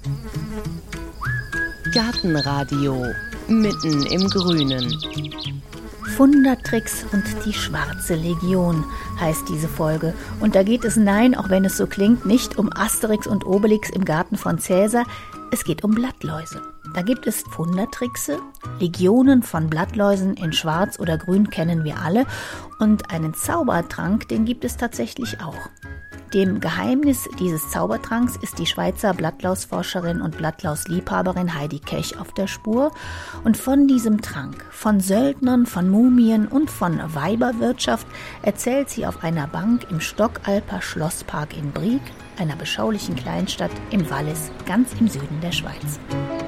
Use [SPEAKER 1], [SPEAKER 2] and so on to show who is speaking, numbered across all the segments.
[SPEAKER 1] Gartenradio mitten im Grünen.
[SPEAKER 2] Fundertricks und die schwarze Legion heißt diese Folge. Und da geht es, nein, auch wenn es so klingt, nicht um Asterix und Obelix im Garten von Cäsar. Es geht um Blattläuse. Da gibt es Fundertrickse, Legionen von Blattläusen in Schwarz oder Grün kennen wir alle. Und einen Zaubertrank, den gibt es tatsächlich auch. Dem Geheimnis dieses Zaubertranks ist die Schweizer Blattlausforscherin und Blattlausliebhaberin Heidi Kech auf der Spur. Und von diesem Trank, von Söldnern, von Mumien und von Weiberwirtschaft erzählt sie auf einer Bank im Stockalper Schlosspark in Brieg, einer beschaulichen Kleinstadt im Wallis, ganz im Süden der Schweiz.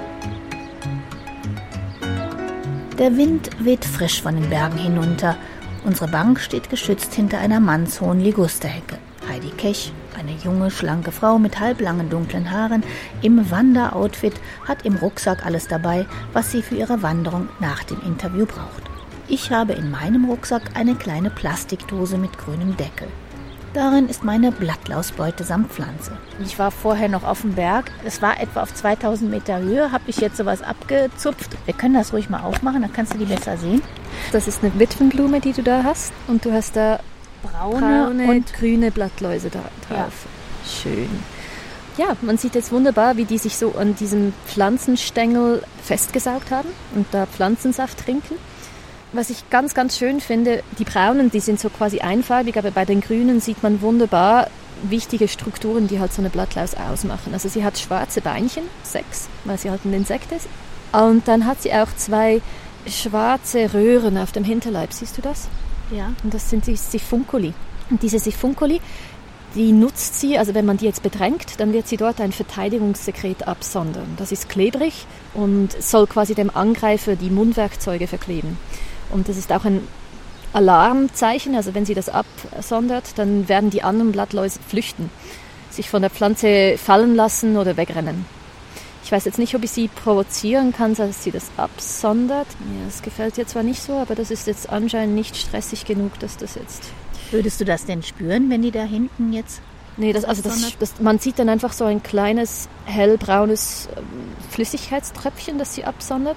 [SPEAKER 2] Der Wind weht frisch von den Bergen hinunter. Unsere Bank steht geschützt hinter einer mannshohen Ligusterhecke. Heidi Kech, eine junge, schlanke Frau mit halblangen, dunklen Haaren, im Wanderoutfit, hat im Rucksack alles dabei, was sie für ihre Wanderung nach dem Interview braucht. Ich habe in meinem Rucksack eine kleine Plastikdose mit grünem Deckel. Darin ist meine Blattlausbeute samt Pflanze. Ich war vorher noch auf dem Berg. Es war etwa auf 2000 Meter Höhe. Habe ich jetzt sowas abgezupft. Wir können das ruhig mal aufmachen, dann kannst du die besser sehen.
[SPEAKER 3] Das ist eine Witwenblume, die du da hast. Und du hast da braune und grüne Blattläuse da drauf. Ja. Schön. Ja, man sieht jetzt wunderbar, wie die sich so an diesem Pflanzenstängel festgesaugt haben und da Pflanzensaft trinken. Was ich ganz, ganz schön finde, die braunen, die sind so quasi einfarbig, aber bei den grünen sieht man wunderbar wichtige Strukturen, die halt so eine Blattlaus ausmachen. Also sie hat schwarze Beinchen, 6, weil sie halt ein Insekt ist. Und dann hat sie auch 2 schwarze Röhren auf dem Hinterleib. Siehst du das?
[SPEAKER 2] Ja.
[SPEAKER 3] Und das sind die Sifunculi. Und diese Sifunculi, die nutzt sie, also wenn man die jetzt bedrängt, dann wird sie dort ein Verteidigungssekret absondern. Das ist klebrig und soll quasi dem Angreifer die Mundwerkzeuge verkleben. Und das ist auch ein Alarmzeichen, also wenn sie das absondert, dann werden die anderen Blattläuse flüchten, sich von der Pflanze fallen lassen oder wegrennen. Ich weiß jetzt nicht, ob ich sie provozieren kann, dass sie das absondert. Ja, das gefällt ihr zwar nicht so, aber das ist jetzt anscheinend nicht stressig genug, dass das jetzt...
[SPEAKER 2] Würdest du das denn spüren, wenn die da hinten jetzt...
[SPEAKER 3] Nee, man sieht dann einfach so ein kleines, hellbraunes Flüssigkeitströpfchen, das sie absondert.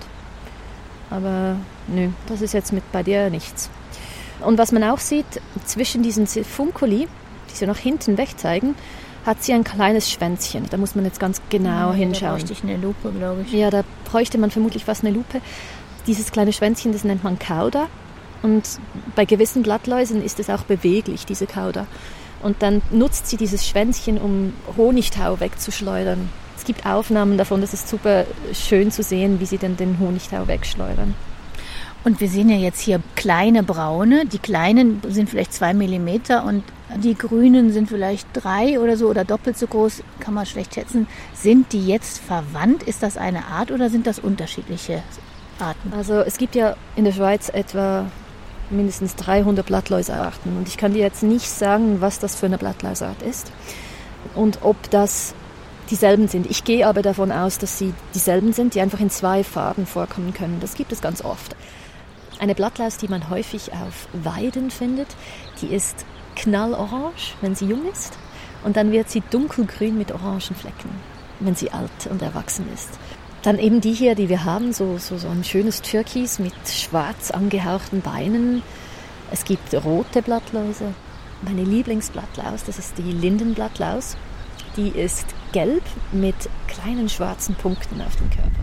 [SPEAKER 3] Aber nö, das ist jetzt bei dir nichts. Und was man auch sieht, zwischen diesen Sifunculi, die so nach hinten weg zeigen, hat sie ein kleines Schwänzchen. Da muss man jetzt ganz genau hinschauen. Da bräuchte
[SPEAKER 2] ich eine Lupe, glaube ich.
[SPEAKER 3] Ja, da bräuchte man vermutlich fast eine Lupe. Dieses kleine Schwänzchen, das nennt man Cauda. Und bei gewissen Blattläusen ist es auch beweglich, diese Cauda. Und dann nutzt sie dieses Schwänzchen, um Honigtau wegzuschleudern. Es gibt Aufnahmen davon, das ist super schön zu sehen, wie sie dann den Honigtau wegschleudern.
[SPEAKER 2] Und wir sehen ja jetzt hier kleine braune. Die kleinen sind vielleicht 2 Millimeter und die grünen sind vielleicht 3 oder so oder doppelt so groß, kann man schlecht schätzen. Sind die jetzt verwandt? Ist das eine Art oder sind das unterschiedliche Arten?
[SPEAKER 3] Also es gibt ja in der Schweiz etwa mindestens 300 Blattläusearten. Und ich kann dir jetzt nicht sagen, was das für eine Blattlausart ist und ob das dieselben sind. Ich gehe aber davon aus, dass sie dieselben sind, die einfach in 2 Farben vorkommen können. Das gibt es ganz oft. Eine Blattlaus, die man häufig auf Weiden findet, die ist knallorange, wenn sie jung ist. Und dann wird sie dunkelgrün mit orangen Flecken, wenn sie alt und erwachsen ist. Dann eben die hier, die wir haben, so ein schönes Türkis mit schwarz angehauchten Beinen. Es gibt rote Blattläuse. Meine Lieblingsblattlaus, das ist die Lindenblattlaus. Die ist gelb mit kleinen schwarzen Punkten auf dem Körper.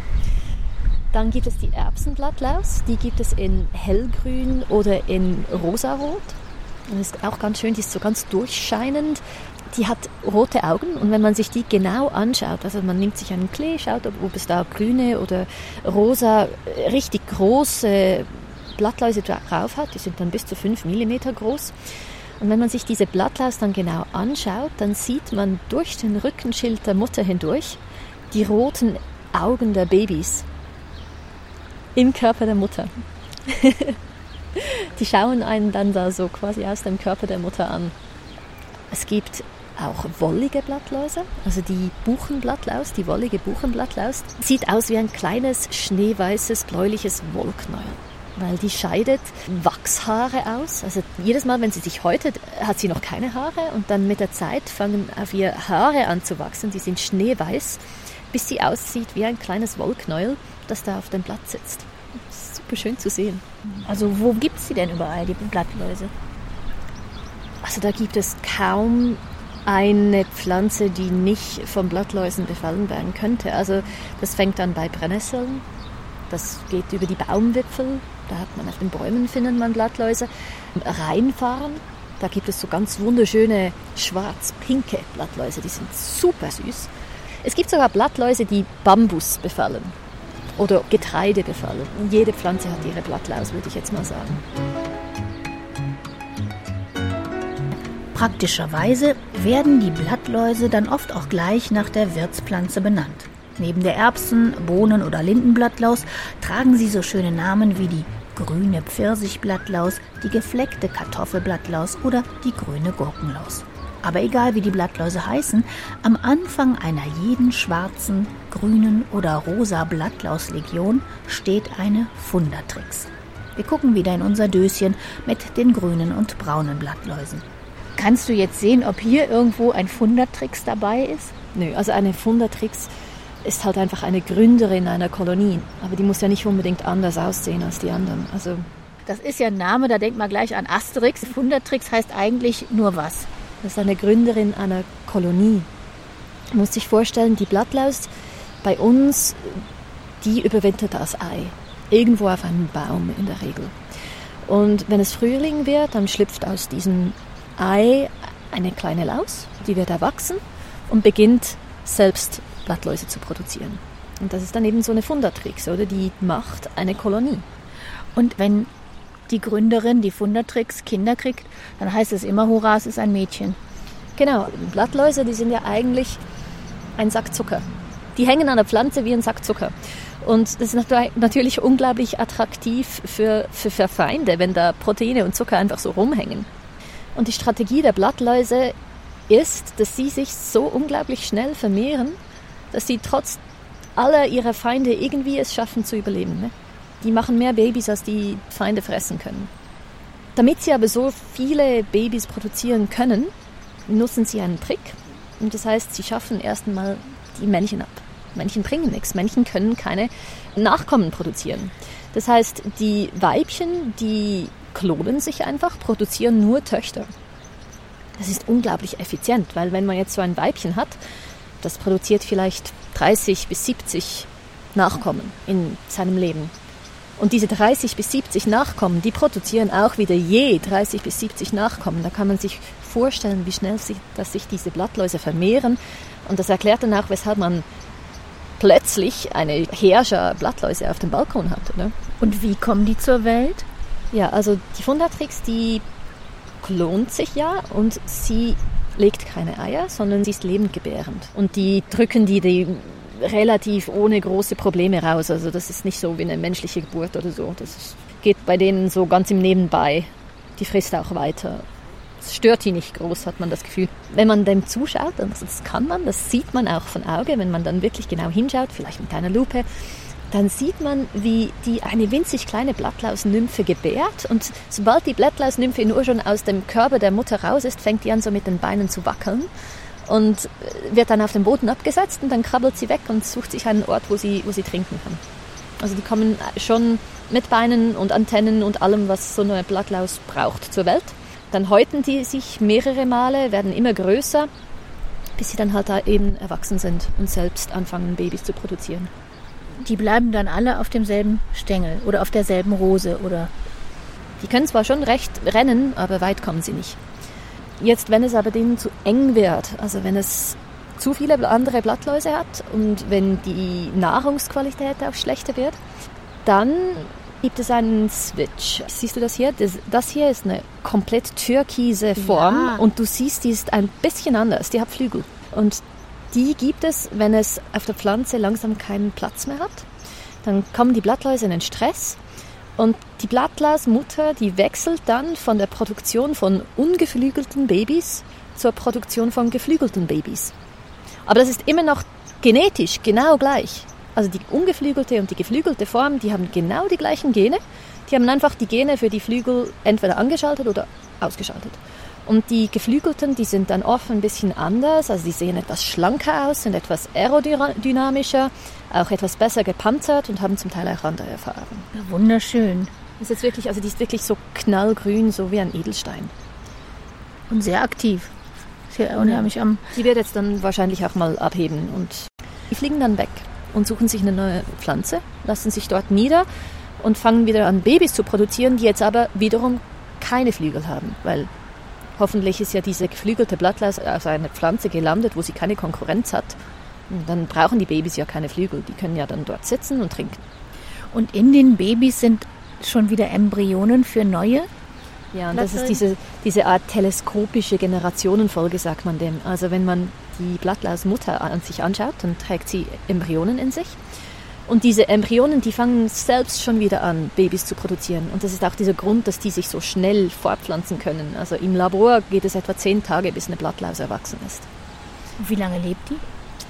[SPEAKER 3] Dann gibt es die Erbsenblattlaus. Die gibt es in hellgrün oder in rosarot. Und das ist auch ganz schön, die ist so ganz durchscheinend. Die hat rote Augen und wenn man sich die genau anschaut, also man nimmt sich einen Klee, schaut, ob es da grüne oder rosa, richtig große Blattläuse drauf hat, die sind dann bis zu 5 mm groß. Und wenn man sich diese Blattlaus dann genau anschaut, dann sieht man durch den Rückenschild der Mutter hindurch die roten Augen der Babys im Körper der Mutter. Die schauen einen dann da so quasi aus dem Körper der Mutter an. Es gibt auch wollige Blattläuse, also die Buchenblattlaus, die wollige Buchenblattlaus, sieht aus wie ein kleines schneeweißes, bläuliches Wollknäuel, weil die scheidet Wachshaare aus. Also jedes Mal, wenn sie sich häutet, hat sie noch keine Haare und dann mit der Zeit fangen auf ihr Haare an zu wachsen, die sind schneeweiß. bis sie aussieht wie ein kleines Wollknäuel, das da auf dem Blatt sitzt. Das ist super schön zu sehen.
[SPEAKER 2] Also wo gibt es sie denn überall, die Blattläuse?
[SPEAKER 3] Also da gibt es kaum eine Pflanze, die nicht von Blattläusen befallen werden könnte. Also das fängt an bei Brennnesseln, das geht über die Baumwipfel, da hat man auf den Bäumen findet man Blattläuse. Reinfahren, da gibt es so ganz wunderschöne schwarz-pinke Blattläuse, die sind super süß. Es gibt sogar Blattläuse, die Bambus befallen oder Getreide befallen. Jede Pflanze hat ihre Blattlaus, würde ich jetzt mal sagen.
[SPEAKER 2] Praktischerweise werden die Blattläuse dann oft auch gleich nach der Wirtspflanze benannt. Neben der Erbsen-, Bohnen- oder Lindenblattlaus tragen sie so schöne Namen wie die grüne Pfirsichblattlaus, die gefleckte Kartoffelblattlaus oder die grüne Gurkenlaus. Aber egal wie die Blattläuse heißen, am Anfang einer jeden schwarzen, grünen oder rosa Blattlauslegion steht eine Fundatrix. Wir gucken wieder in unser Döschen mit den grünen und braunen Blattläusen. Kannst du jetzt sehen, ob hier irgendwo ein Fundatrix dabei ist?
[SPEAKER 3] Nö, also eine Fundatrix ist halt einfach eine Gründerin einer Kolonie. Aber die muss ja nicht unbedingt anders aussehen als die anderen. Also
[SPEAKER 2] das ist ja ein Name, da denkt man gleich an Asterix. Fundatrix heißt eigentlich nur was?
[SPEAKER 3] Das ist eine Gründerin einer Kolonie. Man muss sich vorstellen, die Blattlaus bei uns, die überwintert als Ei. Irgendwo auf einem Baum in der Regel. Und wenn es Frühling wird, dann schlüpft aus diesem Ei eine kleine Laus, die wird erwachsen und beginnt selbst Blattläuse zu produzieren. Und das ist dann eben so eine Fundatrix, oder? Die macht eine Kolonie.
[SPEAKER 2] Und wenn die Gründerin, die Fundatrix, Kinder kriegt, dann heißt es immer, hurra, es ist ein Mädchen.
[SPEAKER 3] Genau, Blattläuse, die sind ja eigentlich ein Sack Zucker. Die hängen an der Pflanze wie ein Sack Zucker. Und das ist natürlich unglaublich attraktiv für Feinde, wenn da Proteine und Zucker einfach so rumhängen. Und die Strategie der Blattläuse ist, dass sie sich so unglaublich schnell vermehren, dass sie trotz aller ihrer Feinde irgendwie es schaffen zu überleben. Ne? Die machen mehr Babys, als die Feinde fressen können. Damit sie aber so viele Babys produzieren können, nutzen sie einen Trick. Und das heißt, sie schaffen erst einmal die Männchen ab. Männchen bringen nichts. Männchen können keine Nachkommen produzieren. Das heißt, die Weibchen, die klonen sich einfach, produzieren nur Töchter. Das ist unglaublich effizient, weil wenn man jetzt so ein Weibchen hat, das produziert vielleicht 30 bis 70 Nachkommen in seinem Leben. Und diese 30 bis 70 Nachkommen, die produzieren auch wieder je 30 bis 70 Nachkommen. Da kann man sich vorstellen, wie schnell sich diese Blattläuse vermehren. Und das erklärt dann auch, weshalb man plötzlich eine Herrscher Blattläuse auf dem Balkon hat. Oder?
[SPEAKER 2] Und wie kommen die zur Welt?
[SPEAKER 3] Ja, also die Fundatrix, die klont sich ja und sie legt keine Eier, sondern sie ist lebendgebärend. Und die drücken die relativ ohne große Probleme raus. Also das ist nicht so wie eine menschliche Geburt oder so. Das geht bei denen so ganz im Nebenbei. Die frisst auch weiter. Es stört die nicht groß, hat man das Gefühl. Wenn man dem zuschaut, und das kann man, das sieht man auch von Auge, wenn man dann wirklich genau hinschaut, vielleicht mit einer Lupe, dann sieht man, wie die eine winzig kleine Blattlausnymphe gebärt. Und sobald die Blattlausnymphe nur schon aus dem Körper der Mutter raus ist, fängt die an, so mit den Beinen zu wackeln und wird dann auf den Boden abgesetzt und dann krabbelt sie weg und sucht sich einen Ort, wo sie trinken kann. Also die kommen schon mit Beinen und Antennen und allem, was so eine Blattlaus braucht, zur Welt. Dann häuten die sich mehrere Male, werden immer größer, bis sie dann halt da eben erwachsen sind und selbst anfangen, Babys zu produzieren.
[SPEAKER 2] Die bleiben dann alle auf demselben Stängel oder auf derselben Rose, oder?
[SPEAKER 3] Die können zwar schon recht rennen, aber weit kommen sie nicht. Jetzt, wenn es aber denen zu eng wird, also wenn es zu viele andere Blattläuse hat und wenn die Nahrungsqualität auch schlechter wird, dann gibt es einen Switch. Siehst du das hier? Das hier ist eine komplett türkise Form, ja. Und du siehst, die ist ein bisschen anders. Die hat Flügel. Und die gibt es, wenn es auf der Pflanze langsam keinen Platz mehr hat. Dann kommen die Blattläuse in den Stress. Und die Blattlausmutter, die wechselt dann von der Produktion von ungeflügelten Babys zur Produktion von geflügelten Babys. Aber das ist immer noch genetisch genau gleich. Also die ungeflügelte und die geflügelte Form, die haben genau die gleichen Gene. Die haben einfach die Gene für die Flügel entweder angeschaltet oder ausgeschaltet. Und die Geflügelten, die sind dann oft ein bisschen anders, also die sehen etwas schlanker aus, sind etwas aerodynamischer, auch etwas besser gepanzert und haben zum Teil auch andere Farben.
[SPEAKER 2] Ja, wunderschön.
[SPEAKER 3] Das ist jetzt wirklich, also die ist wirklich so knallgrün, so wie ein Edelstein.
[SPEAKER 2] Und sehr aktiv. Sehr unheimlich am.
[SPEAKER 3] Die wird jetzt dann wahrscheinlich auch mal abheben und die fliegen dann weg und suchen sich eine neue Pflanze, lassen sich dort nieder und fangen wieder an, Babys zu produzieren, die jetzt aber wiederum keine Flügel haben, weil hoffentlich ist ja diese geflügelte Blattlaus aus einer Pflanze gelandet, wo sie keine Konkurrenz hat. Und dann brauchen die Babys ja keine Flügel, die können ja dann dort sitzen und trinken.
[SPEAKER 2] Und in den Babys sind schon wieder Embryonen für neue?
[SPEAKER 3] Ja, und das ist diese Art teleskopische Generationenfolge, sagt man dem. Also wenn man die Blattlausmutter an sich anschaut, dann trägt sie Embryonen in sich. Und diese Embryonen, die fangen selbst schon wieder an, Babys zu produzieren. Und das ist auch dieser Grund, dass die sich so schnell fortpflanzen können. Also im Labor geht es etwa 10 Tage, bis eine Blattlaus erwachsen ist.
[SPEAKER 2] Und wie lange lebt die?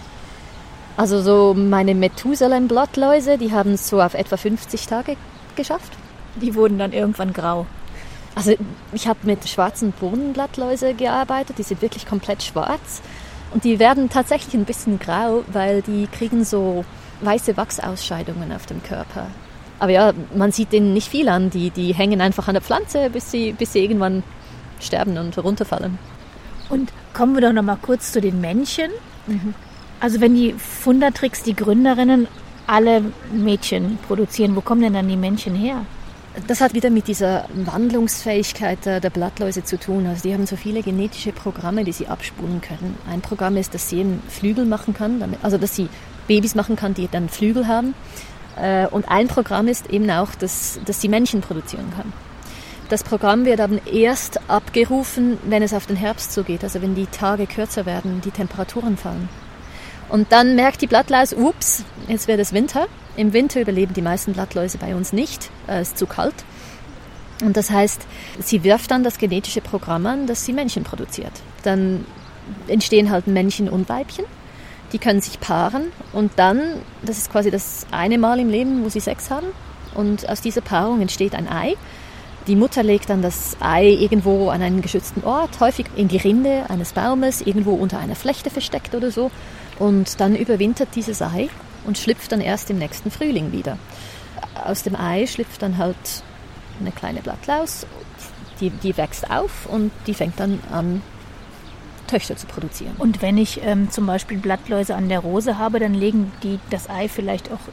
[SPEAKER 3] Also so meine Methusalem-Blattläuse, die haben es so auf etwa 50 Tage geschafft.
[SPEAKER 2] Die wurden dann irgendwann grau.
[SPEAKER 3] Also ich habe mit schwarzen Bohnenblattläuse gearbeitet, die sind wirklich komplett schwarz. Und die werden tatsächlich ein bisschen grau, weil die kriegen so weiße Wachsausscheidungen auf dem Körper. Aber ja, man sieht denen nicht viel an. Die hängen einfach an der Pflanze, bis sie irgendwann sterben und runterfallen.
[SPEAKER 2] Und kommen wir doch noch mal kurz zu den Männchen. Mhm. Also wenn die Fundatrix, die Gründerinnen, alle Mädchen produzieren, wo kommen denn dann die Männchen her?
[SPEAKER 3] Das hat wieder mit dieser Wandlungsfähigkeit der Blattläuse zu tun. Also die haben so viele genetische Programme, die sie abspulen können. Ein Programm ist, dass sie eben Flügel machen kann, also dass sie Babys machen kann, die dann Flügel haben. Und ein Programm ist eben auch, dass sie Männchen produzieren kann. Das Programm wird dann erst abgerufen, wenn es auf den Herbst zugeht, also wenn die Tage kürzer werden, die Temperaturen fallen. Und dann merkt die Blattlaus, ups, jetzt wird es Winter. Im Winter überleben die meisten Blattläuse bei uns nicht, es ist zu kalt. Und das heißt, sie wirft dann das genetische Programm an, das sie Männchen produziert. Dann entstehen halt Männchen und Weibchen, die können sich paaren und dann, das ist quasi das eine Mal im Leben, wo sie Sex haben. Und aus dieser Paarung entsteht ein Ei. Die Mutter legt dann das Ei irgendwo an einen geschützten Ort, häufig in die Rinde eines Baumes, irgendwo unter einer Flechte versteckt oder so. Und dann überwintert dieses Ei und schlüpft dann erst im nächsten Frühling wieder. Aus dem Ei schlüpft dann halt eine kleine Blattlaus, die wächst auf und die fängt dann an, Töchter zu produzieren.
[SPEAKER 2] Und wenn ich zum Beispiel Blattläuse an der Rose habe, dann legen die das Ei vielleicht auch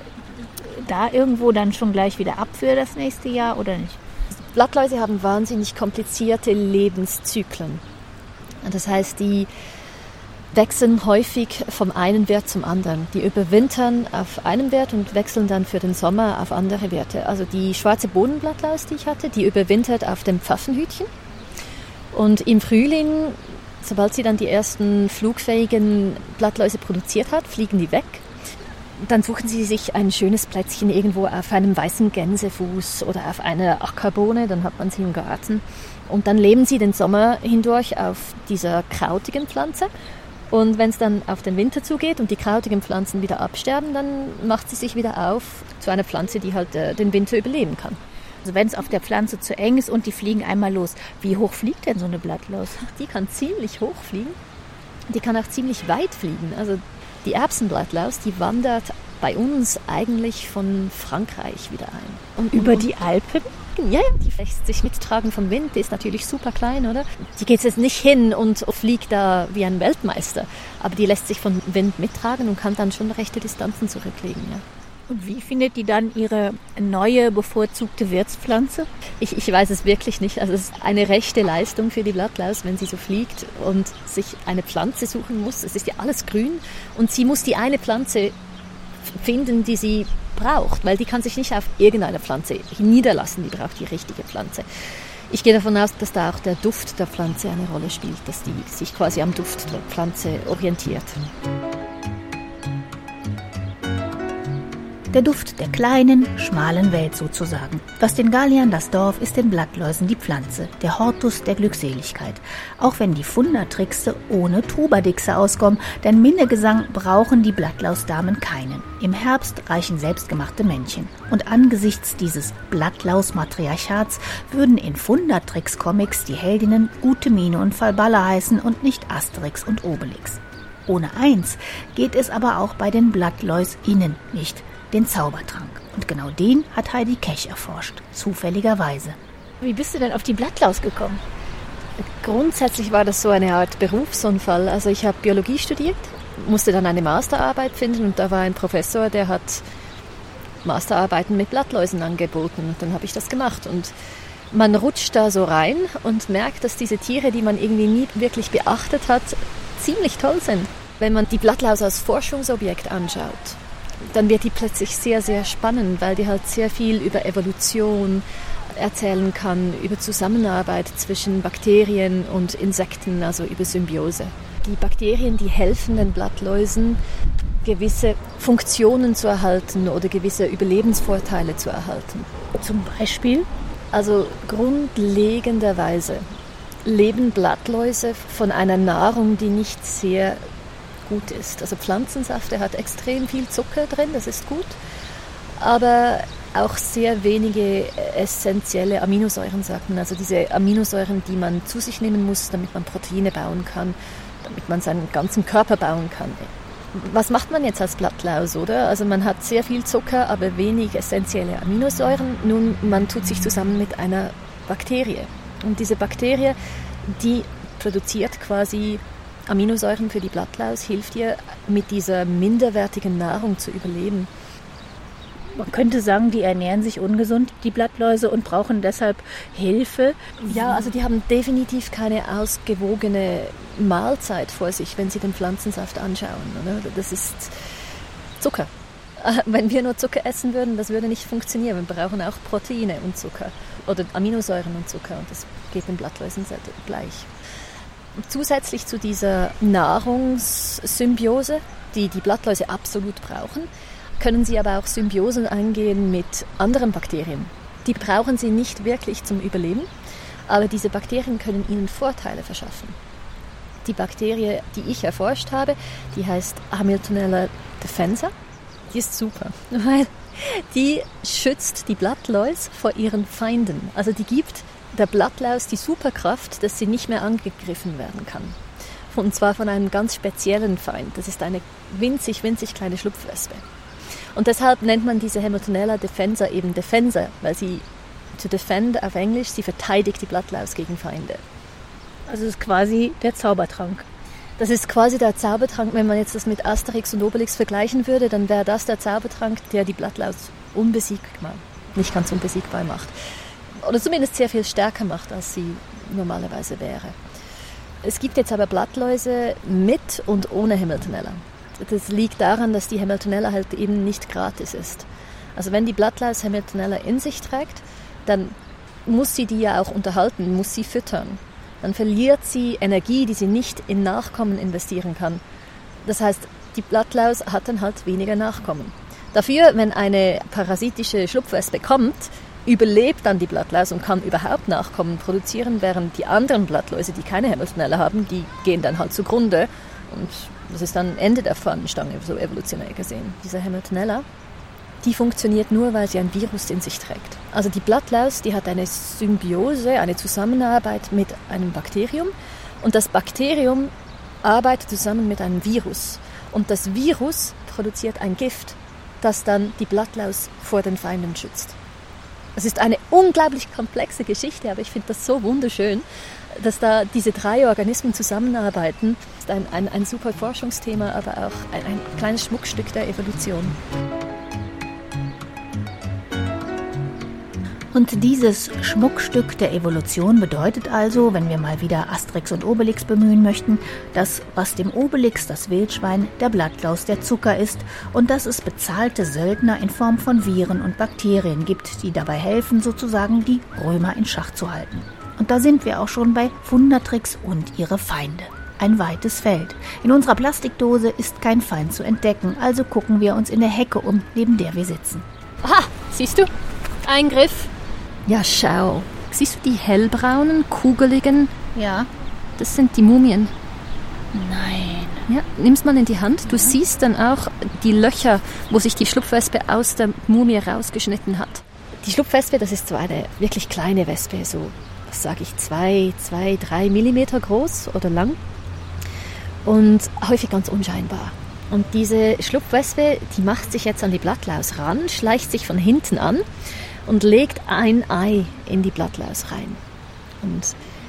[SPEAKER 2] da irgendwo dann schon gleich wieder ab für das nächste Jahr oder nicht?
[SPEAKER 3] Blattläuse haben wahnsinnig komplizierte Lebenszyklen. Das heißt, die wechseln häufig vom einen Wirt zum anderen. Die überwintern auf einem Wirt und wechseln dann für den Sommer auf andere Wirte. Also die schwarze Bohnenblattlaus, die ich hatte, die überwintert auf dem Pfaffenhütchen. Und im Frühling, sobald sie dann die ersten flugfähigen Blattläuse produziert hat, fliegen die weg. Dann suchen sie sich ein schönes Plätzchen irgendwo auf einem weißen Gänsefuß oder auf einer Ackerbohne, dann hat man sie im Garten. Und dann leben sie den Sommer hindurch auf dieser krautigen Pflanze. Und wenn es dann auf den Winter zugeht und die krautigen Pflanzen wieder absterben, dann macht sie sich wieder auf zu einer Pflanze, die halt den Winter überleben kann.
[SPEAKER 2] Also wenn es auf der Pflanze zu eng ist und die fliegen einmal los, wie hoch fliegt denn so eine Blattlaus?
[SPEAKER 3] Die kann ziemlich hoch fliegen. Die kann auch ziemlich weit fliegen. Also die Erbsenblattlaus, die wandert bei uns eigentlich von Frankreich wieder ein.
[SPEAKER 2] Und über die Alpen?
[SPEAKER 3] Ja, die lässt sich mittragen vom Wind, die ist natürlich super klein, oder? Die geht jetzt nicht hin und fliegt da wie ein Weltmeister, aber die lässt sich vom Wind mittragen und kann dann schon rechte Distanzen zurücklegen, ja.
[SPEAKER 2] Und wie findet die dann ihre neue bevorzugte Wirtspflanze?
[SPEAKER 3] Ich weiß es wirklich nicht. Also es ist eine rechte Leistung für die Blattlaus, wenn sie so fliegt und sich eine Pflanze suchen muss. Es ist ja alles grün und sie muss die eine Pflanze finden, die sie braucht, weil die kann sich nicht auf irgendeine Pflanze niederlassen, die braucht die richtige Pflanze. Ich gehe davon aus, dass da auch der Duft der Pflanze eine Rolle spielt, dass die sich quasi am Duft der Pflanze orientiert.
[SPEAKER 2] Der Duft der kleinen, schmalen Welt sozusagen. Was den Galliern das Dorf, ist den Blattläusen die Pflanze, der Hortus der Glückseligkeit. Auch wenn die Fundertrickste ohne Trubadixe auskommen, denn Minnegesang brauchen die Blattlausdamen keinen. Im Herbst reichen selbstgemachte Männchen. Und angesichts dieses Blattlaus-Matriarchats würden in Fundertricks-Comics die Heldinnen Gute Mine und Falballa heißen und nicht Asterix und Obelix. Ohne eins geht es aber auch bei den BlattläusInnen nicht, den Zaubertrank. Und genau den hat Heidi Kech erforscht, zufälligerweise.
[SPEAKER 3] Wie bist du denn auf die Blattlaus gekommen? Grundsätzlich war das so eine Art Berufsunfall. Also ich habe Biologie studiert, musste dann eine Masterarbeit finden und da war ein Professor, der hat Masterarbeiten mit Blattläusen angeboten. Und dann habe ich das gemacht und man rutscht da so rein und merkt, dass diese Tiere, die man irgendwie nie wirklich beachtet hat, ziemlich toll sind. Wenn man die Blattlaus als Forschungsobjekt anschaut, dann wird die plötzlich sehr, sehr spannend, weil die halt sehr viel über Evolution erzählen kann, über Zusammenarbeit zwischen Bakterien und Insekten, also über Symbiose. Die Bakterien, die helfen den Blattläusen, gewisse Funktionen zu erhalten oder gewisse Überlebensvorteile zu erhalten.
[SPEAKER 2] Zum Beispiel?
[SPEAKER 3] Also grundlegenderweise leben Blattläuse von einer Nahrung, die nicht sehr gut ist. Also Pflanzensaft, der hat extrem viel Zucker drin, das ist gut, aber auch sehr wenige essentielle Aminosäuren, sagt man. Also diese Aminosäuren, die man zu sich nehmen muss, damit man Proteine bauen kann, damit man seinen ganzen Körper bauen kann. Was macht man jetzt als Blattlaus, oder? Also man hat sehr viel Zucker, aber wenig essentielle Aminosäuren. Nun, man tut sich zusammen mit einer Bakterie. Und diese Bakterie, die produziert quasi Aminosäuren für die Blattlaus, hilft ihr, mit dieser minderwertigen Nahrung zu überleben.
[SPEAKER 2] Man könnte sagen, die ernähren sich ungesund, die Blattläuse, und brauchen deshalb Hilfe.
[SPEAKER 3] Ja, also die haben definitiv keine ausgewogene Mahlzeit vor sich, wenn sie den Pflanzensaft anschauen. Oder? Das ist Zucker. Wenn wir nur Zucker essen würden, das würde nicht funktionieren. Wir brauchen auch Proteine und Zucker oder Aminosäuren und Zucker, und das geht den Blattläusen gleich. Zusätzlich zu dieser Nahrungssymbiose, die die Blattläuse absolut brauchen, können sie aber auch Symbiosen eingehen mit anderen Bakterien. Die brauchen sie nicht wirklich zum Überleben, aber diese Bakterien können ihnen Vorteile verschaffen. Die Bakterie, die ich erforscht habe, die heißt Hamiltonella defensa. Die ist super, weil die schützt die Blattläuse vor ihren Feinden. Also die gibt der Blattlaus die Superkraft, dass sie nicht mehr angegriffen werden kann. Und zwar von einem ganz speziellen Feind. Das ist eine winzig, winzig kleine Schlupfwespe. Und deshalb nennt man diese Hamiltonella defensa eben Defensa, weil sie, to defend auf Englisch, sie verteidigt die Blattlaus gegen Feinde.
[SPEAKER 2] Also es ist quasi der Zaubertrank.
[SPEAKER 3] Das ist quasi der Zaubertrank, wenn man jetzt das mit Asterix und Obelix vergleichen würde, dann wäre das der Zaubertrank, der die Blattlaus unbesiegbar, nicht ganz unbesiegbar macht. Oder zumindest sehr viel stärker macht, als sie normalerweise wäre. Es gibt jetzt aber Blattläuse mit und ohne Hamiltonella. Das liegt daran, dass die Hamiltonella halt eben nicht gratis ist. Also wenn die Blattlaus Hamiltonella in sich trägt, dann muss sie die ja auch unterhalten, muss sie füttern. Dann verliert sie Energie, die sie nicht in Nachkommen investieren kann. Das heißt, die Blattlaus hat dann halt weniger Nachkommen. Dafür, wenn eine parasitische Schlupfwespe kommt, überlebt dann die Blattlaus und kann überhaupt Nachkommen produzieren, während die anderen Blattläuse, die keine Hamiltonella haben, die gehen dann halt zugrunde. Und das ist dann Ende der Fahnenstange, so evolutionär gesehen. Diese Hamiltonella, die funktioniert nur, weil sie ein Virus in sich trägt. Also die Blattlaus, die hat eine Symbiose, eine Zusammenarbeit mit einem Bakterium. Und das Bakterium arbeitet zusammen mit einem Virus. Und das Virus produziert ein Gift, das dann die Blattlaus vor den Feinden schützt. Es ist eine unglaublich komplexe Geschichte, aber ich finde das so wunderschön, dass da diese drei Organismen zusammenarbeiten. Das ist ein super Forschungsthema, aber auch ein kleines Schmuckstück der Evolution.
[SPEAKER 2] Und dieses Schmuckstück der Evolution bedeutet also, wenn wir mal wieder Asterix und Obelix bemühen möchten, dass was dem Obelix das Wildschwein, der Blattlaus der Zucker ist und dass es bezahlte Söldner in Form von Viren und Bakterien gibt, die dabei helfen, sozusagen die Römer in Schach zu halten. Und da sind wir auch schon bei Fundertricks und ihre Feinde. ein weites Feld. In unserer Plastikdose ist kein Feind zu entdecken, also gucken wir uns in der Hecke um, neben der wir sitzen.
[SPEAKER 3] Aha, siehst du? Ein Griff. Ja, schau. Siehst du die hellbraunen, kugeligen?
[SPEAKER 2] Ja.
[SPEAKER 3] Das sind die Mumien.
[SPEAKER 2] Nein.
[SPEAKER 3] Ja, nimm's mal in die Hand. Du siehst dann auch die Löcher, wo sich die Schlupfwespe aus der Mumie rausgeschnitten hat. Die Schlupfwespe, das ist so eine wirklich kleine Wespe, so, was sage ich, 2-3 Millimeter groß oder lang und häufig ganz unscheinbar. Und diese Schlupfwespe, die macht sich jetzt an die Blattlaus ran, schleicht sich von hinten an und legt ein Ei in die Blattlaus rein. Und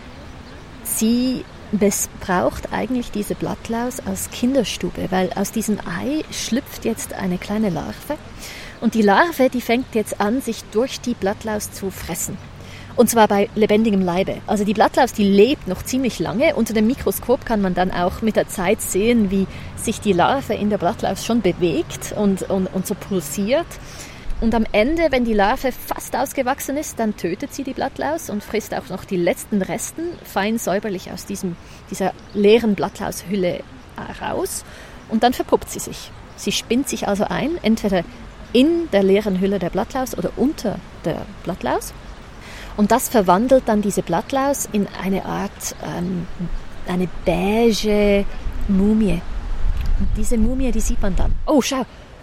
[SPEAKER 3] sie missbraucht eigentlich diese Blattlaus als Kinderstube, weil aus diesem Ei schlüpft jetzt eine kleine Larve. Und die Larve, die fängt jetzt an, sich durch die Blattlaus zu fressen. Und zwar bei lebendigem Leibe. Also die Blattlaus, die lebt noch ziemlich lange. Unter dem Mikroskop kann man dann auch mit der Zeit sehen, wie sich die Larve in der Blattlaus schon bewegt und so pulsiert. Und am Ende, wenn die Larve fast ausgewachsen ist, dann tötet sie die Blattlaus und frisst auch noch die letzten Resten fein säuberlich aus dieser leeren Blattlaushülle raus. Und dann verpuppt sie sich. Sie spinnt sich also ein, entweder in der leeren Hülle der Blattlaus oder unter der Blattlaus. Und das verwandelt dann diese Blattlaus in eine Art, eine beige Mumie. Und diese Mumie, die sieht man dann. Oh, schau.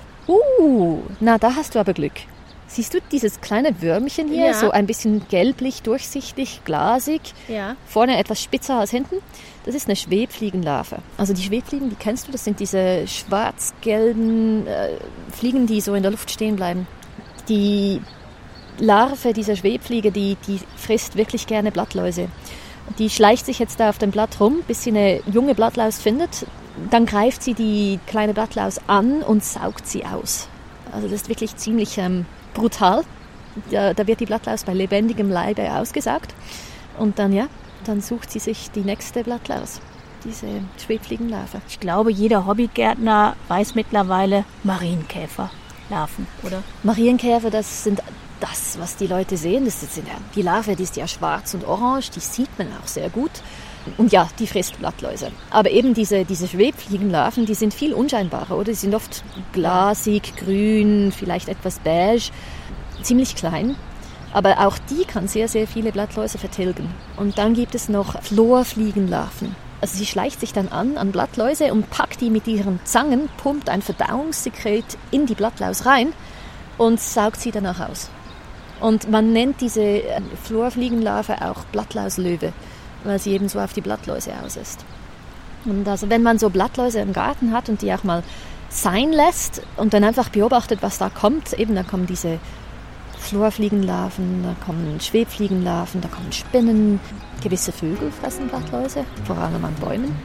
[SPEAKER 3] Na, da hast du aber Glück. Siehst du dieses kleine Würmchen hier? Ja. So ein bisschen gelblich, durchsichtig, glasig.
[SPEAKER 2] Ja.
[SPEAKER 3] Vorne etwas spitzer als hinten. Das ist eine Schwebfliegenlarve. Also die Schwebfliegen, die kennst du, das sind diese schwarz-gelben Fliegen, die so in der Luft stehen bleiben. Die Larve dieser Schwebfliege, die frisst wirklich gerne Blattläuse. Die schleicht sich jetzt da auf dem Blatt rum, bis sie eine junge Blattlaus findet. Dann greift sie die kleine Blattlaus an und saugt sie aus. Also das ist wirklich ziemlich brutal. Da wird die Blattlaus bei lebendigem Leibe ausgesaugt. Und dann sucht sie sich die nächste Blattlaus, diese Schwebfliegenlarve.
[SPEAKER 2] Ich glaube, jeder Hobbygärtner weiß mittlerweile Marienkäferlarven, oder?
[SPEAKER 3] Marienkäfer, das sind das, was die Leute sehen. Die Larve, die ist ja schwarz und orange, die sieht man auch sehr gut. Und ja, die frisst Blattläuse. Aber eben diese Schwebfliegenlarven, die sind viel unscheinbarer, oder? Die sind oft glasig, grün, vielleicht etwas beige, ziemlich klein. Aber auch die kann sehr, sehr viele Blattläuse vertilgen. Und dann gibt es noch Florfliegenlarven. Also sie schleicht sich dann an Blattläuse und packt die mit ihren Zangen, pumpt ein Verdauungssekret in die Blattlaus rein und saugt sie danach aus. Und man nennt diese Florfliegenlarve auch Blattlauslöwe, weil sie eben so auf die Blattläuse aus ist. Und also wenn man so Blattläuse im Garten hat und die auch mal sein lässt und dann einfach beobachtet, was da kommt, eben da kommen diese Florfliegenlarven, da kommen Schwebfliegenlarven, da kommen Spinnen, gewisse Vögel fressen Blattläuse, vor allem an Bäumen.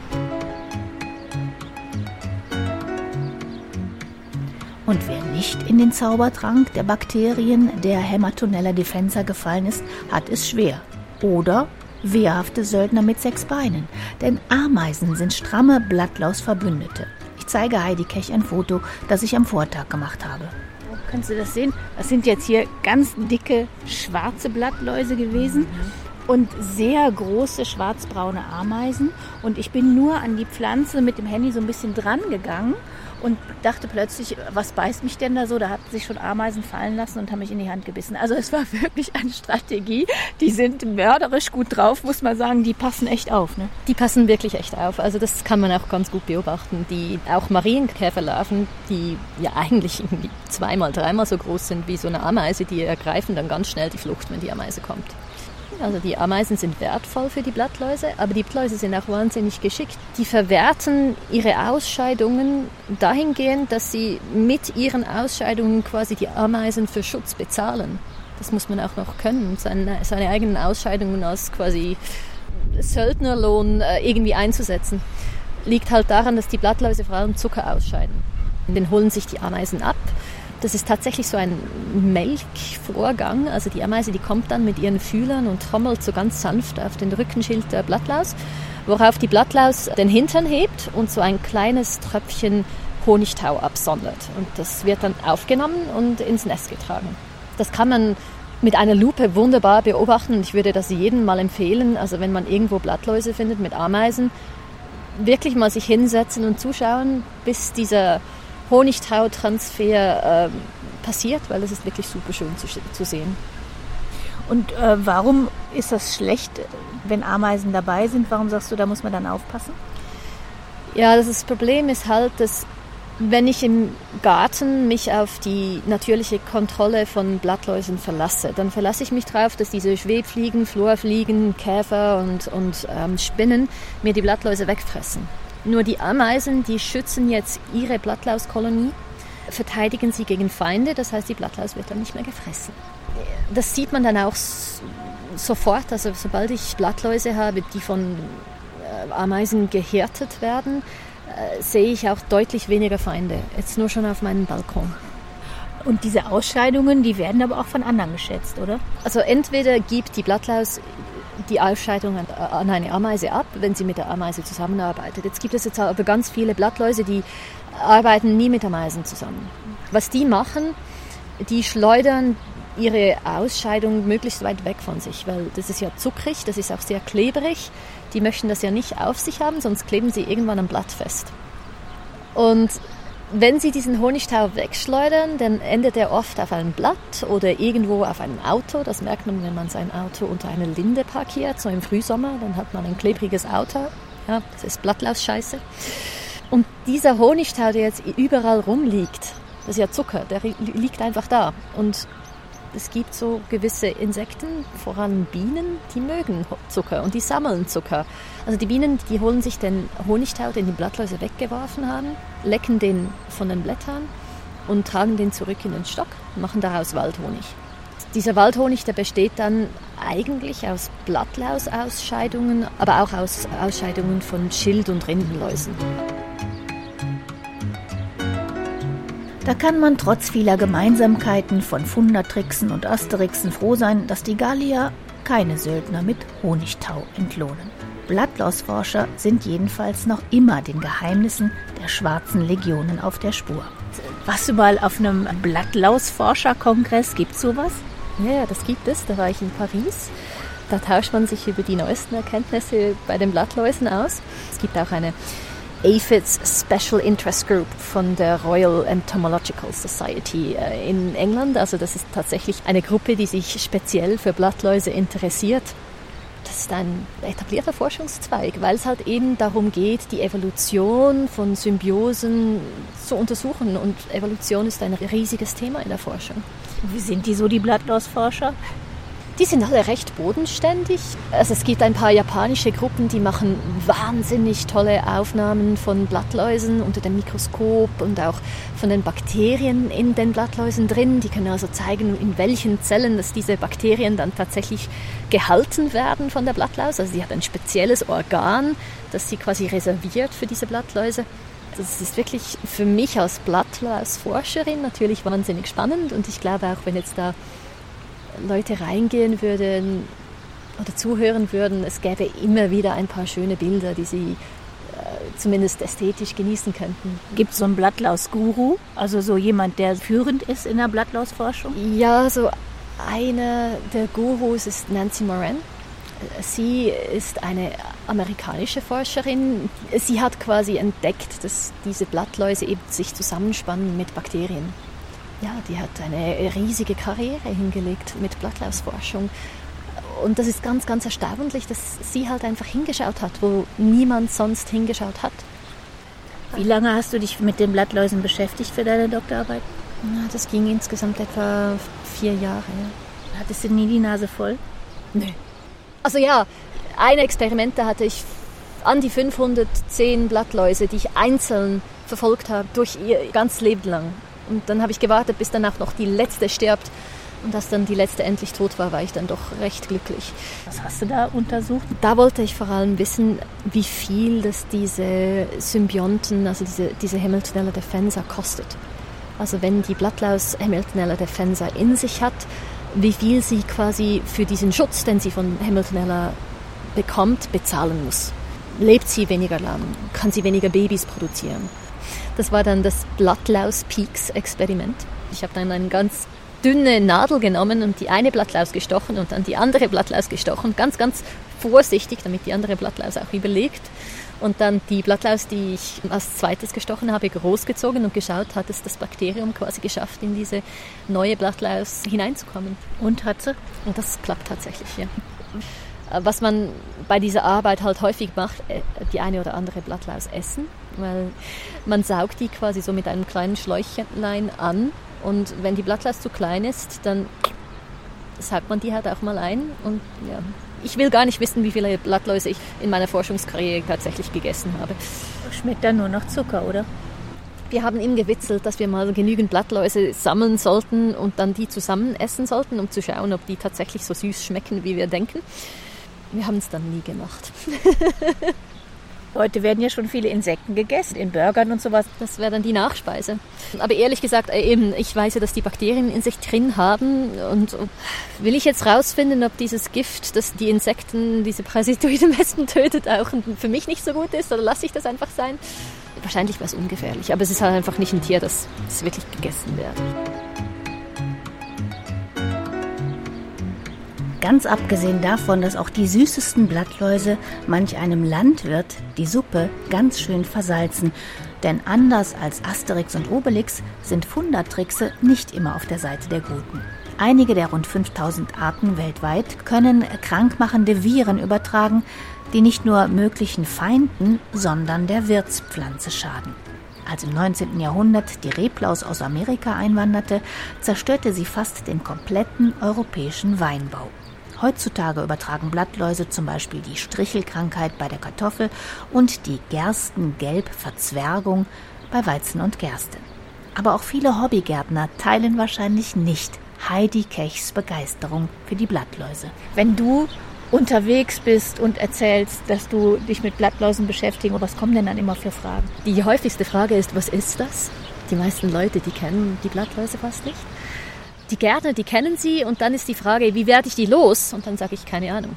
[SPEAKER 2] Und wer nicht in den Zaubertrank der Bakterien der Hämatonella defensa gefallen ist, hat es schwer. Oder wehrhafte Söldner mit 6 Beinen. Denn Ameisen sind stramme Blattlausverbündete. Ich zeige Heidi Kech ein Foto, das ich am Vortag gemacht habe. Können Sie das sehen? Das sind jetzt hier ganz dicke, schwarze Blattläuse gewesen und sehr große, schwarzbraune Ameisen. Und ich bin nur an die Pflanze mit dem Handy so ein bisschen dran gegangen und dachte plötzlich, was beißt mich denn da so? Da hatten sich schon Ameisen fallen lassen und haben mich in die Hand gebissen. Also es war wirklich eine Strategie. Die sind mörderisch gut drauf, muss man sagen. Die passen echt auf, ne?
[SPEAKER 3] Die passen wirklich echt auf. Also das kann man auch ganz gut beobachten. Auch Marienkäferlarven, die ja eigentlich irgendwie 2-mal, 3-mal so groß sind wie so eine Ameise, die ergreifen dann ganz schnell die Flucht, wenn die Ameise kommt. Also die Ameisen sind wertvoll für die Blattläuse, aber die Blattläuse sind auch wahnsinnig geschickt. Die verwerten ihre Ausscheidungen dahingehend, dass sie mit ihren Ausscheidungen quasi die Ameisen für Schutz bezahlen. Das muss man auch noch können, seine eigenen Ausscheidungen als quasi Söldnerlohn irgendwie einzusetzen. Liegt halt daran, dass die Blattläuse vor allem Zucker ausscheiden. Den holen sich die Ameisen ab. Das ist tatsächlich so ein Melkvorgang. Also die Ameise, die kommt dann mit ihren Fühlern und trommelt so ganz sanft auf den Rückenschild der Blattlaus, worauf die Blattlaus den Hintern hebt und so ein kleines Tröpfchen Honigtau absondert. Und das wird dann aufgenommen und ins Nest getragen. Das kann man mit einer Lupe wunderbar beobachten. Und ich würde das jedem mal empfehlen. Also wenn man irgendwo Blattläuse findet mit Ameisen, wirklich mal sich hinsetzen und zuschauen, bis dieser Honigtau-Transfer passiert, weil es ist wirklich super schön zu sehen.
[SPEAKER 2] Und warum ist das schlecht, wenn Ameisen dabei sind? Warum sagst du, da muss man dann aufpassen?
[SPEAKER 3] Ja, das Problem ist halt, dass wenn ich im Garten mich auf die natürliche Kontrolle von Blattläusen verlasse, dann verlasse ich mich darauf, dass diese Schwebfliegen, Florfliegen, Käfer und Spinnen mir die Blattläuse wegfressen. Nur die Ameisen, die schützen jetzt ihre Blattlauskolonie, verteidigen sie gegen Feinde, das heißt, die Blattlaus wird dann nicht mehr gefressen. Das sieht man dann auch sofort, also sobald ich Blattläuse habe, die von Ameisen gehärtet werden, sehe ich auch deutlich weniger Feinde, jetzt nur schon auf meinem Balkon.
[SPEAKER 2] Und diese Ausscheidungen, die werden aber auch von anderen geschätzt, oder?
[SPEAKER 3] Also entweder gibt die Blattlaus die Ausscheidung an eine Ameise ab, wenn sie mit der Ameise zusammenarbeitet. Jetzt gibt es aber ganz viele Blattläuse, die arbeiten nie mit Ameisen zusammen. Was die machen, die schleudern ihre Ausscheidung möglichst weit weg von sich, weil das ist ja zuckrig, das ist auch sehr klebrig. Die möchten das ja nicht auf sich haben, sonst kleben sie irgendwann am Blatt fest. Und wenn sie diesen Honigtau wegschleudern, dann endet er oft auf einem Blatt oder irgendwo auf einem Auto. Das merkt man, wenn man sein Auto unter einer Linde parkiert, so im Frühsommer, dann hat man ein klebriges Auto. Ja, das ist Blattlausscheiße. Und dieser Honigtau, der jetzt überall rumliegt, das ist ja Zucker, der liegt einfach da. Und es gibt so gewisse Insekten, vor allem Bienen, die mögen Zucker und die sammeln Zucker. Also die Bienen, die holen sich den Honigtau, den die Blattläuse weggeworfen haben, lecken den von den Blättern und tragen den zurück in den Stock und machen daraus Waldhonig. Dieser Waldhonig, der besteht dann eigentlich aus Blattlausausscheidungen, aber auch aus Ausscheidungen von Schild- und Rindenläusen.
[SPEAKER 2] Da kann man trotz vieler Gemeinsamkeiten von Fundertrixen und Asterixen froh sein, dass die Gallier keine Söldner mit Honigtau entlohnen. Blattlausforscher sind jedenfalls noch immer den Geheimnissen der schwarzen Legionen auf der Spur. Warst du mal auf einem Blattlausforscherkongress? Gibt's sowas?
[SPEAKER 3] Ja, das gibt es. Da war ich in Paris. Da tauscht man sich über die neuesten Erkenntnisse bei den Blattläusen aus. Es gibt auch eine Aphids Special Interest Group von der Royal Entomological Society in England. Also das ist tatsächlich eine Gruppe, die sich speziell für Blattläuse interessiert. Das ist ein etablierter Forschungszweig, weil es halt eben darum geht, die Evolution von Symbiosen zu untersuchen. Und Evolution ist ein riesiges Thema in der Forschung.
[SPEAKER 2] Wie sind die so, die Blattlausforscher?
[SPEAKER 3] Die sind alle recht bodenständig. Also es gibt ein paar japanische Gruppen, die machen wahnsinnig tolle Aufnahmen von Blattläusen unter dem Mikroskop und auch von den Bakterien in den Blattläusen drin. Die können also zeigen, in welchen Zellen dass diese Bakterien dann tatsächlich gehalten werden von der Blattlaus. Also die hat ein spezielles Organ, das sie quasi reserviert für diese Blattläuse. Das ist wirklich für mich als Blattlausforscherin natürlich wahnsinnig spannend und ich glaube auch, wenn jetzt da Leute reingehen würden oder zuhören würden, es gäbe immer wieder ein paar schöne Bilder, die sie zumindest ästhetisch genießen könnten.
[SPEAKER 2] Gibt es so einen Blattlaus-Guru, also so jemand, der führend ist in der Blattlausforschung?
[SPEAKER 3] Ja, so einer der Gurus ist Nancy Moran. Sie ist eine amerikanische Forscherin. Sie hat quasi entdeckt, dass diese Blattläuse eben sich zusammenspannen mit Bakterien. Ja, die hat eine riesige Karriere hingelegt mit Blattlausforschung. Und das ist ganz, ganz erstaunlich, dass sie halt einfach hingeschaut hat, wo niemand sonst hingeschaut hat.
[SPEAKER 2] Wie lange hast du dich mit den Blattläusen beschäftigt für deine Doktorarbeit?
[SPEAKER 3] Na, das ging insgesamt etwa 4 Jahre. Ja.
[SPEAKER 2] Hattest du nie die Nase voll?
[SPEAKER 3] Nö. Also ja, ein Experiment, da hatte ich an die 510 Blattläuse, die ich einzeln verfolgt habe, durch ihr ganzes Leben lang. Und dann habe ich gewartet, bis dann auch noch die letzte stirbt. Und als dann die letzte endlich tot war, war ich dann doch recht glücklich.
[SPEAKER 2] Was hast du da untersucht?
[SPEAKER 3] Da wollte ich vor allem wissen, wie viel das diese Symbionten, also diese Hemiltonella defensa kostet. Also wenn die Blattlaus Hemiltonella defensa in sich hat, wie viel sie quasi für diesen Schutz, den sie von Hemiltonella bekommt, bezahlen muss. Lebt sie weniger lang? Kann sie weniger Babys produzieren? Das war dann das Blattlaus-Peaks-Experiment. Ich habe dann eine ganz dünne Nadel genommen und die eine Blattlaus gestochen und dann die andere Blattlaus gestochen. Ganz, ganz vorsichtig, damit die andere Blattlaus auch überlebt. und dann die Blattlaus, die ich als zweites gestochen habe, großgezogen und geschaut, hat es das Bakterium quasi geschafft, in diese neue Blattlaus hineinzukommen.
[SPEAKER 2] Und hat sie?
[SPEAKER 3] Und das klappt tatsächlich, ja. Was man bei dieser Arbeit halt häufig macht, die eine oder andere Blattlaus essen, weil man saugt die quasi so mit einem kleinen Schläuchlein an und wenn die Blattlaus zu klein ist, dann saugt man die halt auch mal ein und ja. Ich will gar nicht wissen, wie viele Blattläuse ich in meiner Forschungskarriere tatsächlich gegessen habe.
[SPEAKER 2] Schmeckt dann nur noch Zucker, oder?
[SPEAKER 3] Wir haben ihm gewitzelt, dass wir mal genügend Blattläuse sammeln sollten und dann die zusammen essen sollten, um zu schauen, ob die tatsächlich so süß schmecken, wie wir denken. Wir haben es dann nie gemacht.
[SPEAKER 2] Heute werden ja schon viele Insekten gegessen, in Burgern und sowas.
[SPEAKER 3] Das wäre dann die Nachspeise. Aber ehrlich gesagt, ich weiß ja, dass die Bakterien in sich drin haben. Und will ich jetzt rausfinden, ob dieses Gift, das die Insekten, diese parasitoiden Wespen tötet, auch für mich nicht so gut ist? Oder lasse ich das einfach sein? Wahrscheinlich wäre es ungefährlich. Aber es ist halt einfach nicht ein Tier, das wirklich gegessen wird.
[SPEAKER 2] Ganz abgesehen davon, dass auch die süßesten Blattläuse manch einem Landwirt die Suppe ganz schön versalzen. Denn anders als Asterix und Obelix sind Fundatrixe nicht immer auf der Seite der Guten. Einige der rund 5000 Arten weltweit können krankmachende Viren übertragen, die nicht nur möglichen Feinden, sondern der Wirtspflanze schaden. Als im 19. Jahrhundert die Reblaus aus Amerika einwanderte, zerstörte sie fast den kompletten europäischen Weinbau. Heutzutage übertragen Blattläuse zum Beispiel die Strichelkrankheit bei der Kartoffel und die Gerstengelbverzwergung bei Weizen und Gerste. Aber auch viele Hobbygärtner teilen wahrscheinlich nicht Heidi Kechs Begeisterung für die Blattläuse. Wenn du unterwegs bist und erzählst, dass du dich mit Blattläusen beschäftigst, was kommen denn dann immer für Fragen?
[SPEAKER 3] Die häufigste Frage ist, was ist das? Die meisten Leute, die kennen die Blattläuse fast nicht. Die Gärtner, die kennen sie und dann ist die Frage, wie werde ich die los? Und dann sage ich, keine Ahnung.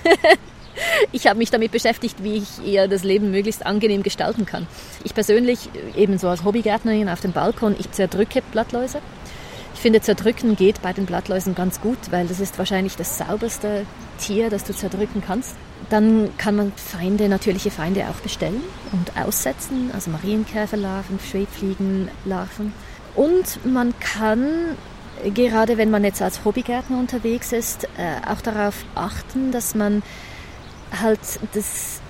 [SPEAKER 3] Ich habe mich damit beschäftigt, wie ich ihr das Leben möglichst angenehm gestalten kann. Ich persönlich, ebenso als Hobbygärtnerin auf dem Balkon, ich zerdrücke Blattläuse. Ich finde, zerdrücken geht bei den Blattläusen ganz gut, weil das ist wahrscheinlich das sauberste Tier, das du zerdrücken kannst. Dann kann man natürliche Feinde auch bestellen und aussetzen, also Marienkäferlarven, Schwebfliegenlarven. Und man kann, gerade wenn man jetzt als Hobbygärtner unterwegs ist, auch darauf achten, dass man halt das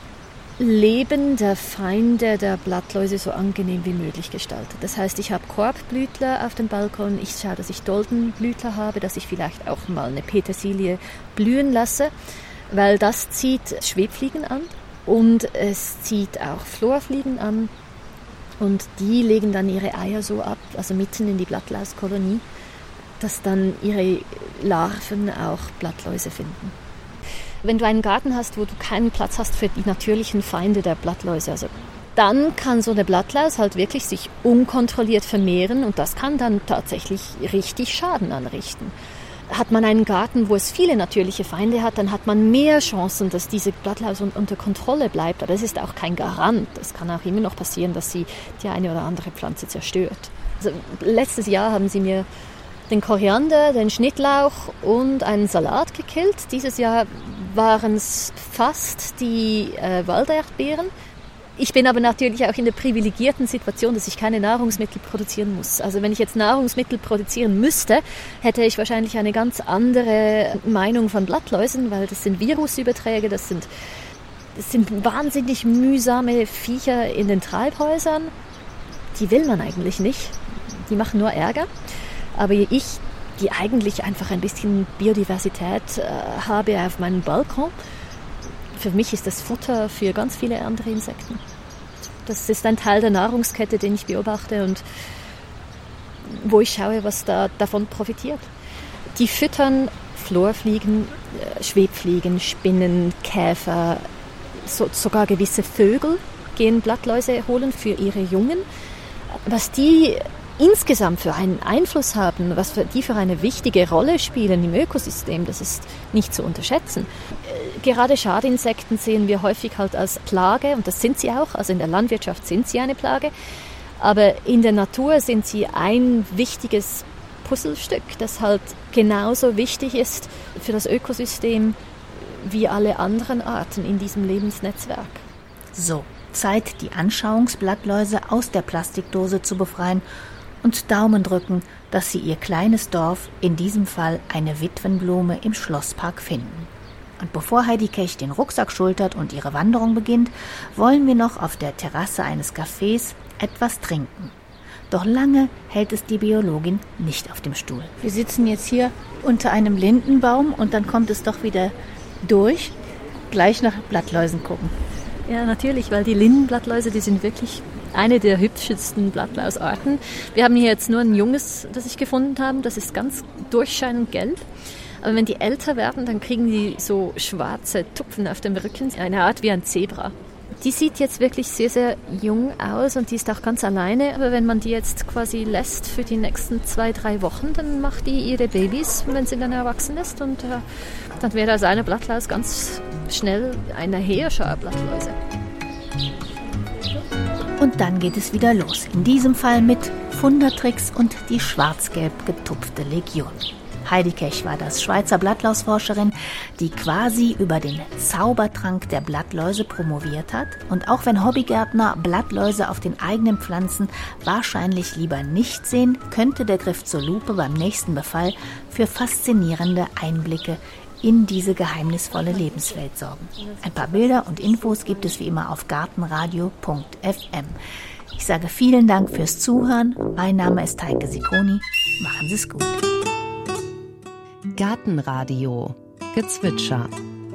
[SPEAKER 3] Leben der Feinde der Blattläuse so angenehm wie möglich gestaltet. Das heißt, ich habe Korbblütler auf dem Balkon, ich schaue, dass ich Doldenblütler habe, dass ich vielleicht auch mal eine Petersilie blühen lasse, weil das zieht Schwebfliegen an und es zieht auch Florfliegen an und die legen dann ihre Eier so ab, also mitten in die Blattlauskolonie, dass dann ihre Larven auch Blattläuse finden. Wenn du einen Garten hast, wo du keinen Platz hast für die natürlichen Feinde der Blattläuse, also dann kann so eine Blattlaus halt wirklich sich unkontrolliert vermehren und das kann dann tatsächlich richtig Schaden anrichten. Hat man einen Garten, wo es viele natürliche Feinde hat, dann hat man mehr Chancen, dass diese Blattlaus unter Kontrolle bleibt. Aber es ist auch kein Garant. Es kann auch immer noch passieren, dass sie die eine oder andere Pflanze zerstört. Also letztes Jahr haben sie mir den Koriander, den Schnittlauch und einen Salat gekillt. Dieses Jahr waren es fast die Walderdbeeren. Ich bin aber natürlich auch in der privilegierten Situation, dass ich keine Nahrungsmittel produzieren muss. Also wenn ich jetzt Nahrungsmittel produzieren müsste, hätte ich wahrscheinlich eine ganz andere Meinung von Blattläusen, weil das sind Virusüberträge, das sind wahnsinnig mühsame Viecher in den Treibhäusern. Die will man eigentlich nicht. Die machen nur Ärger. Aber ich, die eigentlich einfach ein bisschen Biodiversität habe auf meinem Balkon, für mich ist das Futter für ganz viele andere Insekten. Das ist ein Teil der Nahrungskette, den ich beobachte und wo ich schaue, was da davon profitiert. Die füttern Florfliegen, Schwebfliegen, Spinnen, Käfer, sogar gewisse Vögel gehen Blattläuse holen für ihre Jungen. Was die insgesamt für einen Einfluss haben, was die für eine wichtige Rolle spielen im Ökosystem, das ist nicht zu unterschätzen. Gerade Schadinsekten sehen wir häufig halt als Plage und das sind sie auch, also in der Landwirtschaft sind sie eine Plage, aber in der Natur sind sie ein wichtiges Puzzlestück, das halt genauso wichtig ist für das Ökosystem wie alle anderen Arten in diesem Lebensnetzwerk.
[SPEAKER 2] So, Zeit, die Anschauungsblattläuse aus der Plastikdose zu befreien und Daumen drücken, dass sie ihr kleines Dorf, in diesem Fall eine Witwenblume, im Schlosspark finden. Und bevor Heidi Kech den Rucksack schultert und ihre Wanderung beginnt, wollen wir noch auf der Terrasse eines Cafés etwas trinken. Doch lange hält es die Biologin nicht auf dem Stuhl. Wir sitzen jetzt hier unter einem Lindenbaum und dann kommt es doch wieder durch. Gleich nach Blattläusen gucken.
[SPEAKER 3] Ja, natürlich, weil die Lindenblattläuse, die sind wirklich eine der hübschesten Blattlausarten. Wir haben hier jetzt nur ein junges, das ich gefunden habe. Das ist ganz durchscheinend gelb. Aber wenn die älter werden, dann kriegen die so schwarze Tupfen auf dem Rücken. Eine Art wie ein Zebra. Die sieht jetzt wirklich sehr, sehr jung aus und die ist auch ganz alleine. Aber wenn man die jetzt quasi lässt für die nächsten 2-3 Wochen, dann macht die ihre Babys, wenn sie dann erwachsen ist. Und dann wäre aus einer Blattlaus ganz schnell eine Heerschar Blattläuse.
[SPEAKER 2] Und dann geht es wieder los. In diesem Fall mit Fundertricks und die schwarz-gelb getupfte Legion. Heidi Kech war das, Schweizer Blattlausforscherin, die quasi über den Zaubertrank der Blattläuse promoviert hat. Und auch wenn Hobbygärtner Blattläuse auf den eigenen Pflanzen wahrscheinlich lieber nicht sehen, könnte der Griff zur Lupe beim nächsten Befall für faszinierende Einblicke in diese geheimnisvolle Lebenswelt sorgen. Ein paar Bilder und Infos gibt es wie immer auf gartenradio.fm. Ich sage vielen Dank fürs Zuhören. Mein Name ist Heike Sikoni. Machen Sie es gut.
[SPEAKER 1] Gartenradio Gezwitscher.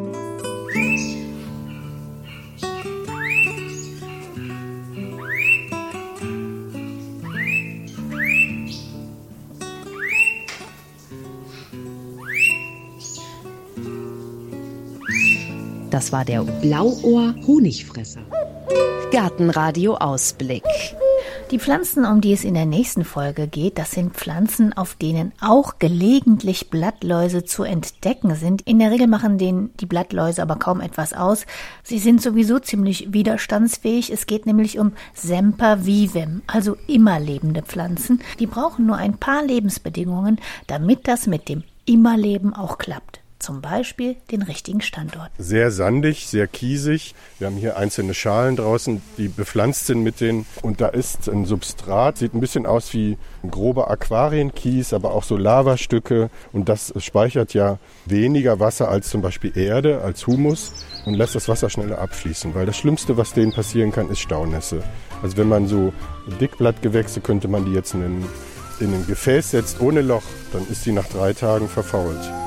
[SPEAKER 1] Das war der
[SPEAKER 4] Blauohr-Honigfresser.
[SPEAKER 1] Gartenradio Ausblick.
[SPEAKER 2] Die Pflanzen, um die es in der nächsten Folge geht, das sind Pflanzen, auf denen auch gelegentlich Blattläuse zu entdecken sind. In der Regel machen denen die Blattläuse aber kaum etwas aus. Sie sind sowieso ziemlich widerstandsfähig. Es geht nämlich um Semper Vivem, also immer lebende Pflanzen. Die brauchen nur ein paar Lebensbedingungen, damit das mit dem Immerleben auch klappt. Zum Beispiel den richtigen Standort.
[SPEAKER 5] Sehr sandig, sehr kiesig. Wir haben hier einzelne Schalen draußen, die bepflanzt sind mit denen. Und da ist ein Substrat, sieht ein bisschen aus wie ein grober Aquarienkies, aber auch so Lavastücke. Und das speichert ja weniger Wasser als zum Beispiel Erde, als Humus und lässt das Wasser schneller abfließen. Weil das Schlimmste, was denen passieren kann, ist Staunässe. Also wenn man so Dickblattgewächse, könnte man die jetzt in ein Gefäß setzt ohne Loch, dann ist die nach 3 Tagen verfault.